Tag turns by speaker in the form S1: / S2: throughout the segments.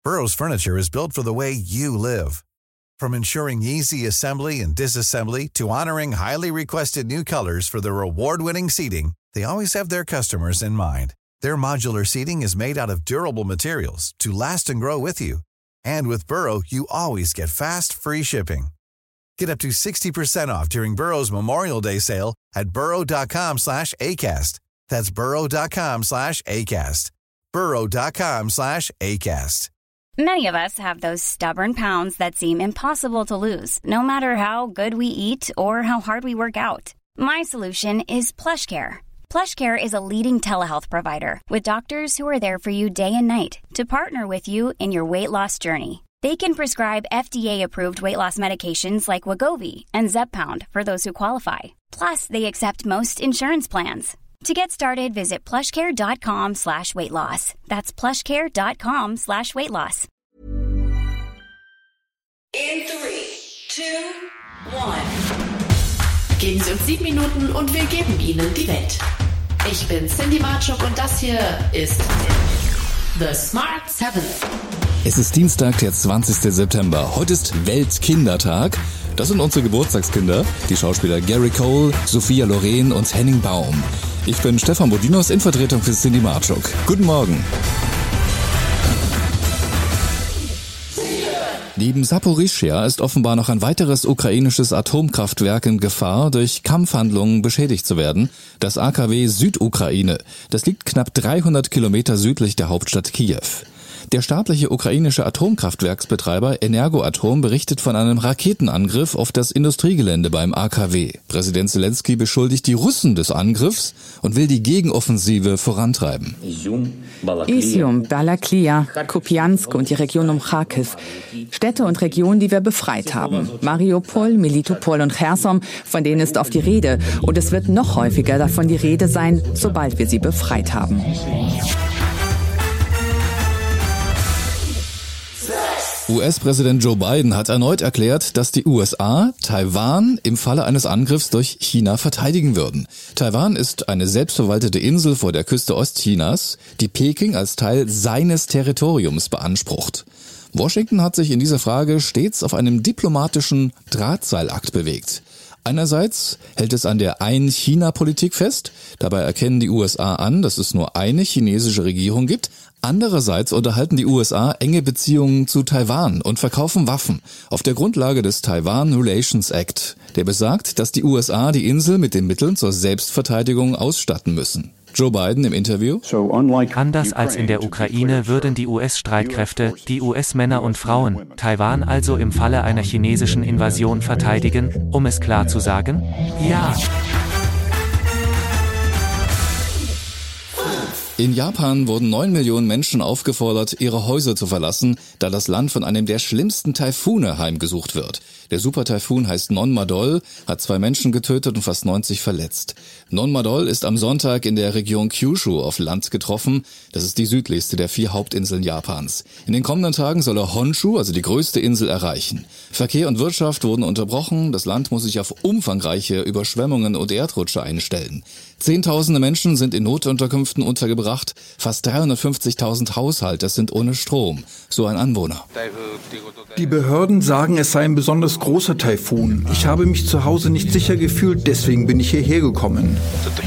S1: Burrow's furniture is built for the way you live. From ensuring easy assembly and disassembly to honoring highly requested new colors for their award-winning seating, they always have their customers in mind. Their modular seating is made out of durable materials to last and grow with you. And with Burrow, you always get fast, free shipping. Get up to 60% off during Burrow's Memorial Day sale at burrow.com/ACAST. That's burrow.com/ACAST. burrow.com/ACAST.
S2: Many of us have those stubborn pounds that seem impossible to lose, no matter how good we eat or how hard we work out. My solution is PlushCare. PlushCare is a leading telehealth provider with doctors who are there for you day and night to partner with you in your weight loss journey. They can prescribe FDA-approved weight loss medications like Wegovy and Zepbound for those who qualify. Plus, they accept most insurance plans. To get started, visit plushcare.com/weightloss. That's plushcare.com/weightloss.
S3: In 3, 2, 1. Geben Sie uns 7 Minuten und wir geben Ihnen die Welt. Ich bin Cindy Marchuk und das hier ist The Smart 7.
S4: Es ist Dienstag, der 20. September. Heute ist Weltkindertag. Das sind unsere Geburtstagskinder, die Schauspieler Gary Cole, Sophia Loren und Henning Baum. Ich bin Stefan Bodinos in Vertretung für Cindy Marchuk. Guten Morgen. Neben Saporischschja ist offenbar noch ein weiteres ukrainisches Atomkraftwerk in Gefahr, durch Kampfhandlungen beschädigt zu werden. Das AKW Südukraine. Das liegt knapp 300 Kilometer südlich der Hauptstadt Kiew. Der staatliche ukrainische Atomkraftwerksbetreiber Energoatom berichtet von einem Raketenangriff auf das Industriegelände beim AKW. Präsident Zelensky beschuldigt die Russen des Angriffs und will die Gegenoffensive vorantreiben.
S5: Isium, Balaklia, Kupiansk und die Region um Kharkiv. Städte und Regionen, die wir befreit haben. Mariupol, Melitopol und Cherson, von denen ist oft die Rede. Und es wird noch häufiger davon die Rede sein, sobald wir sie befreit haben.
S4: US-Präsident Joe Biden hat erneut erklärt, dass die USA Taiwan im Falle eines Angriffs durch China verteidigen würden. Taiwan ist eine selbstverwaltete Insel vor der Küste Ostchinas, die Peking als Teil seines Territoriums beansprucht. Washington hat sich in dieser Frage stets auf einem diplomatischen Drahtseilakt bewegt. Einerseits hält es an der Ein-China-Politik fest, dabei erkennen die USA an, dass es nur eine chinesische Regierung gibt. Andererseits unterhalten die USA enge Beziehungen zu Taiwan und verkaufen Waffen auf der Grundlage des Taiwan Relations Act, der besagt, dass die USA die Insel mit den Mitteln zur Selbstverteidigung ausstatten müssen. Joe Biden im Interview:
S6: Anders als in der Ukraine würden die US-Streitkräfte, die US-Männer und Frauen, Taiwan also im Falle einer chinesischen Invasion verteidigen, um es klar zu sagen? Ja.
S4: In Japan wurden 9 Millionen Menschen aufgefordert, ihre Häuser zu verlassen, da das Land von einem der schlimmsten Taifune heimgesucht wird. Der Super-Taifun heißt Nonmadol, hat 2 Menschen getötet und fast 90 verletzt. Nonmadol ist am Sonntag in der Region Kyushu auf Land getroffen. Das ist die südlichste der 4 Hauptinseln Japans. In den kommenden Tagen soll er Honshu, also die größte Insel, erreichen. Verkehr und Wirtschaft wurden unterbrochen. Das Land muss sich auf umfangreiche Überschwemmungen und Erdrutsche einstellen. Zehntausende Menschen sind in Notunterkünften untergebracht. Fast 350.000 Haushalte sind ohne Strom. So ein Anwohner.
S7: Die Behörden sagen, es sei ein besonders großer Taifun. Ich habe mich zu Hause nicht sicher gefühlt, deswegen bin ich hierher gekommen.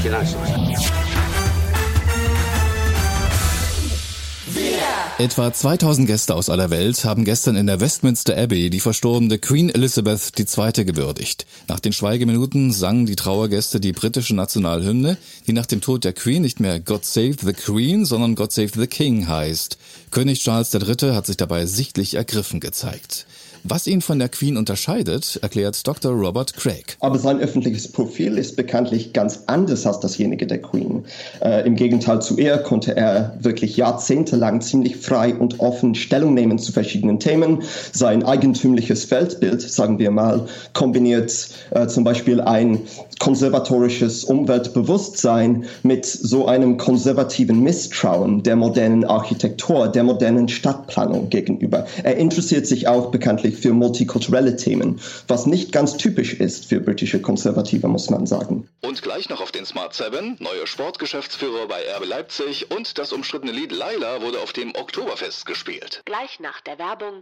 S4: Etwa 2000 Gäste aus aller Welt haben gestern in der Westminster Abbey die verstorbene Queen Elizabeth II. Gewürdigt. Nach den Schweigeminuten sangen die Trauergäste die britische Nationalhymne, die nach dem Tod der Queen nicht mehr God Save the Queen, sondern God Save the King heißt. König Charles III. Hat sich dabei sichtlich ergriffen gezeigt. Was ihn von der Queen unterscheidet, erklärt Dr. Robert Craig.
S8: Aber sein öffentliches Profil ist bekanntlich ganz anders als dasjenige der Queen. Im Gegenteil zu ihr konnte er wirklich jahrzehntelang ziemlich frei und offen Stellung nehmen zu verschiedenen Themen. Sein eigentümliches Weltbild, sagen wir mal, kombiniert zum Beispiel ein konservatorisches Umweltbewusstsein mit so einem konservativen Misstrauen der modernen Architektur, der modernen Stadtplanung gegenüber. Er interessiert sich auch bekanntlich wirklich für multikulturelle Themen, was nicht ganz typisch ist für britische Konservative, muss man sagen.
S9: Und gleich noch auf den Smart 7, neuer Sportgeschäftsführer bei RB Leipzig und das umstrittene Lied Laila wurde auf dem Oktoberfest gespielt.
S3: Gleich nach der Werbung.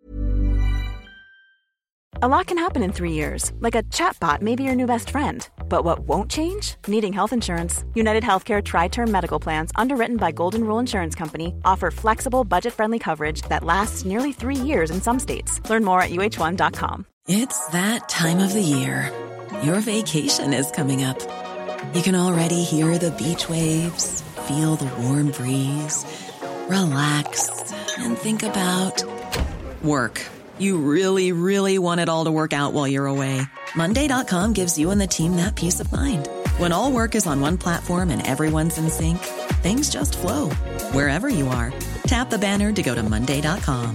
S10: A lot can happen in 3 years, like a chatbot may be your new best friend. But what won't change? Needing health insurance. United Healthcare Tri-Term Medical Plans, underwritten by Golden Rule Insurance Company, offer flexible, budget-friendly coverage that lasts nearly 3 years in some states. Learn more at uh1.com.
S11: It's that time of the year. Your vacation is coming up. You can already hear the beach waves, feel the warm breeze, relax, and think about work. You really, really want it all to work out while you're away. Monday.com gives you and the team that peace of mind. When all work is on one platform and everyone's in sync, things just flow. Wherever you are, tap the banner to go to Monday.com.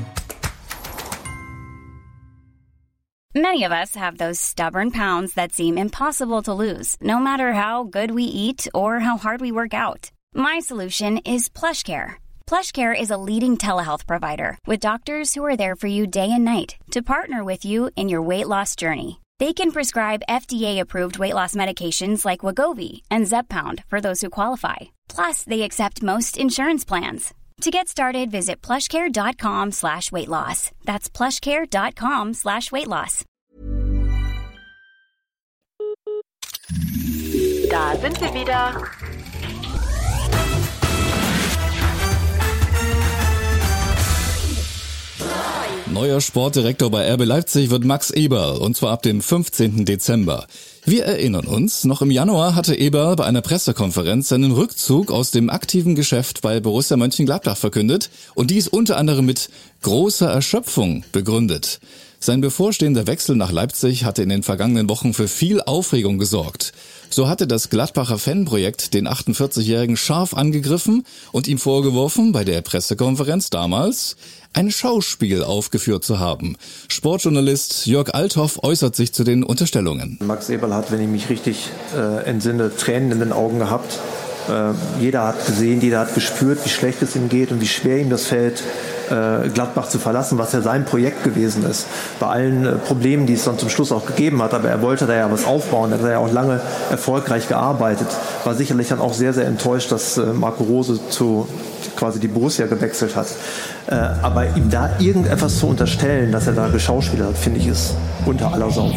S2: Many of us have those stubborn pounds that seem impossible to lose, no matter how good we eat or how hard we work out. My solution is PlushCare. PlushCare is a leading telehealth provider with doctors who are there for you day and night to partner with you in your weight loss journey. They can prescribe FDA-approved weight loss medications like Wegovy and Zepbound for those who qualify. Plus, they accept most insurance plans. To get started, visit plushcare.com/weightloss. That's plushcare.com/weightloss.
S3: Da sind wir wieder.
S4: Neuer Sportdirektor bei RB Leipzig wird Max Eberl, und zwar ab dem 15. Dezember. Wir erinnern uns, noch im Januar hatte Eberl bei einer Pressekonferenz seinen Rückzug aus dem aktiven Geschäft bei Borussia Mönchengladbach verkündet und dies unter anderem mit großer Erschöpfung begründet. Sein bevorstehender Wechsel nach Leipzig hatte in den vergangenen Wochen für viel Aufregung gesorgt. So hatte das Gladbacher Fanprojekt den 48-Jährigen scharf angegriffen und ihm vorgeworfen, bei der Pressekonferenz damals ein Schauspiel aufgeführt zu haben. Sportjournalist Jörg Althoff äußert sich zu den Unterstellungen.
S12: Max Eberl hat, wenn ich mich richtig entsinne, Tränen in den Augen gehabt. Jeder hat gesehen, jeder hat gespürt, wie schlecht es ihm geht und wie schwer ihm das fällt, Gladbach zu verlassen, was ja sein Projekt gewesen ist. Bei allen Problemen, die es dann zum Schluss auch gegeben hat, aber er wollte da ja was aufbauen, er hat ja auch lange erfolgreich gearbeitet, war sicherlich dann auch sehr, sehr enttäuscht, dass Marco Rose zu quasi die Borussia gewechselt hat. Aber ihm da irgendetwas zu unterstellen, dass er da geschauspielert hat, finde ich, ist unter aller Sau.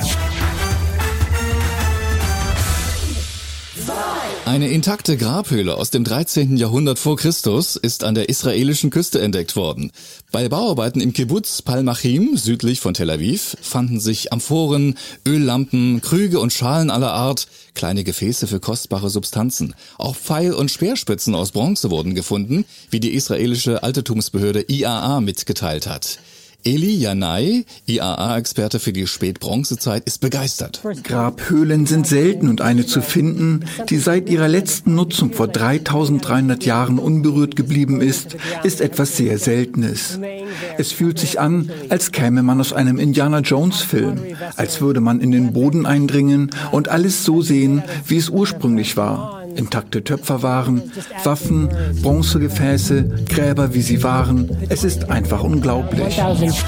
S4: Eine intakte Grabhöhle aus dem 13. Jahrhundert vor Christus ist an der israelischen Küste entdeckt worden. Bei Bauarbeiten im Kibbuz Palmachim, südlich von Tel Aviv, fanden sich Amphoren, Öllampen, Krüge und Schalen aller Art, kleine Gefäße für kostbare Substanzen. Auch Pfeil- und Speerspitzen aus Bronze wurden gefunden, wie die israelische Altertumsbehörde IAA mitgeteilt hat. Eli Yanai, IAA-Experte für die Spätbronzezeit, ist begeistert.
S7: Grabhöhlen sind selten und eine zu finden, die seit ihrer letzten Nutzung vor 3300 Jahren unberührt geblieben ist etwas sehr Seltenes. Es fühlt sich an, als käme man aus einem Indiana-Jones-Film, als würde man in den Boden eindringen und alles so sehen, wie es ursprünglich war. Intakte Töpferwaren, Waffen, Bronzegefäße, Gräber, wie sie waren. Es ist einfach unglaublich.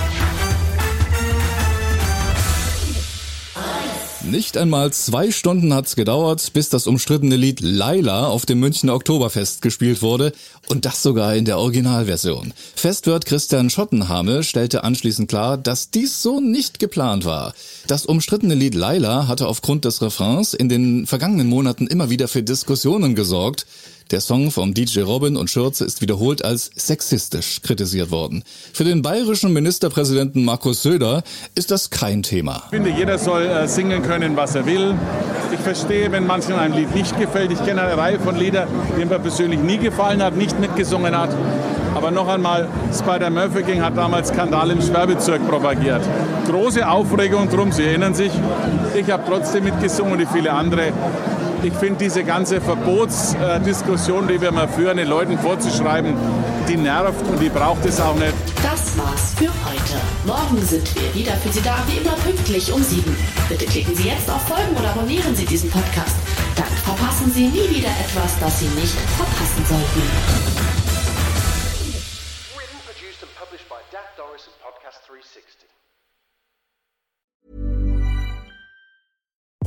S4: Nicht einmal 2 Stunden hat's gedauert, bis das umstrittene Lied Laila auf dem Münchner Oktoberfest gespielt wurde, und das sogar in der Originalversion. Festwirt Christian Schottenhamel stellte anschließend klar, dass dies so nicht geplant war. Das umstrittene Lied Laila hatte aufgrund des Refrains in den vergangenen Monaten immer wieder für Diskussionen gesorgt. Der Song vom DJ Robin und Schürze ist wiederholt als sexistisch kritisiert worden. Für den bayerischen Ministerpräsidenten Markus Söder ist das kein Thema.
S13: Ich finde, jeder soll singen können, was er will. Ich verstehe, wenn manchen ein Lied nicht gefällt. Ich kenne eine Reihe von Liedern, die mir persönlich nie gefallen hat, nicht mitgesungen hat. Aber noch einmal, Spider-Murphy hat damals Skandal im Sperrbezirk propagiert. Große Aufregung drum, Sie erinnern sich. Ich habe trotzdem mitgesungen, wie viele andere. Ich finde diese ganze Verbotsdiskussion, die wir mal führen, den Leuten vorzuschreiben, die nervt und die braucht es auch nicht.
S3: Das war's für heute. Morgen sind wir wieder für Sie da, wie immer pünktlich um 7. Bitte klicken Sie jetzt auf Folgen oder abonnieren Sie diesen Podcast. Dann verpassen Sie nie wieder etwas, das Sie nicht verpassen sollten.
S14: Written, produced and published by Dak Doris and Podcast 360.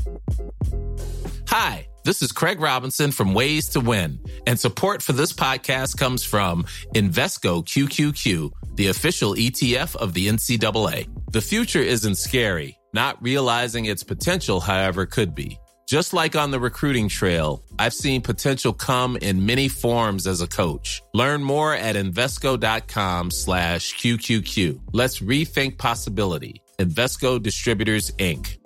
S14: Hi, this is Craig Robinson from Ways to Win, and support for this podcast comes from Invesco QQQ, the official ETF of the NCAA. The future isn't scary. Not realizing its potential, however, could be. Just like on the recruiting trail, I've seen potential come in many forms as a coach. Learn more at Invesco.com/QQQ. Let's rethink possibility. Invesco Distributors, Inc.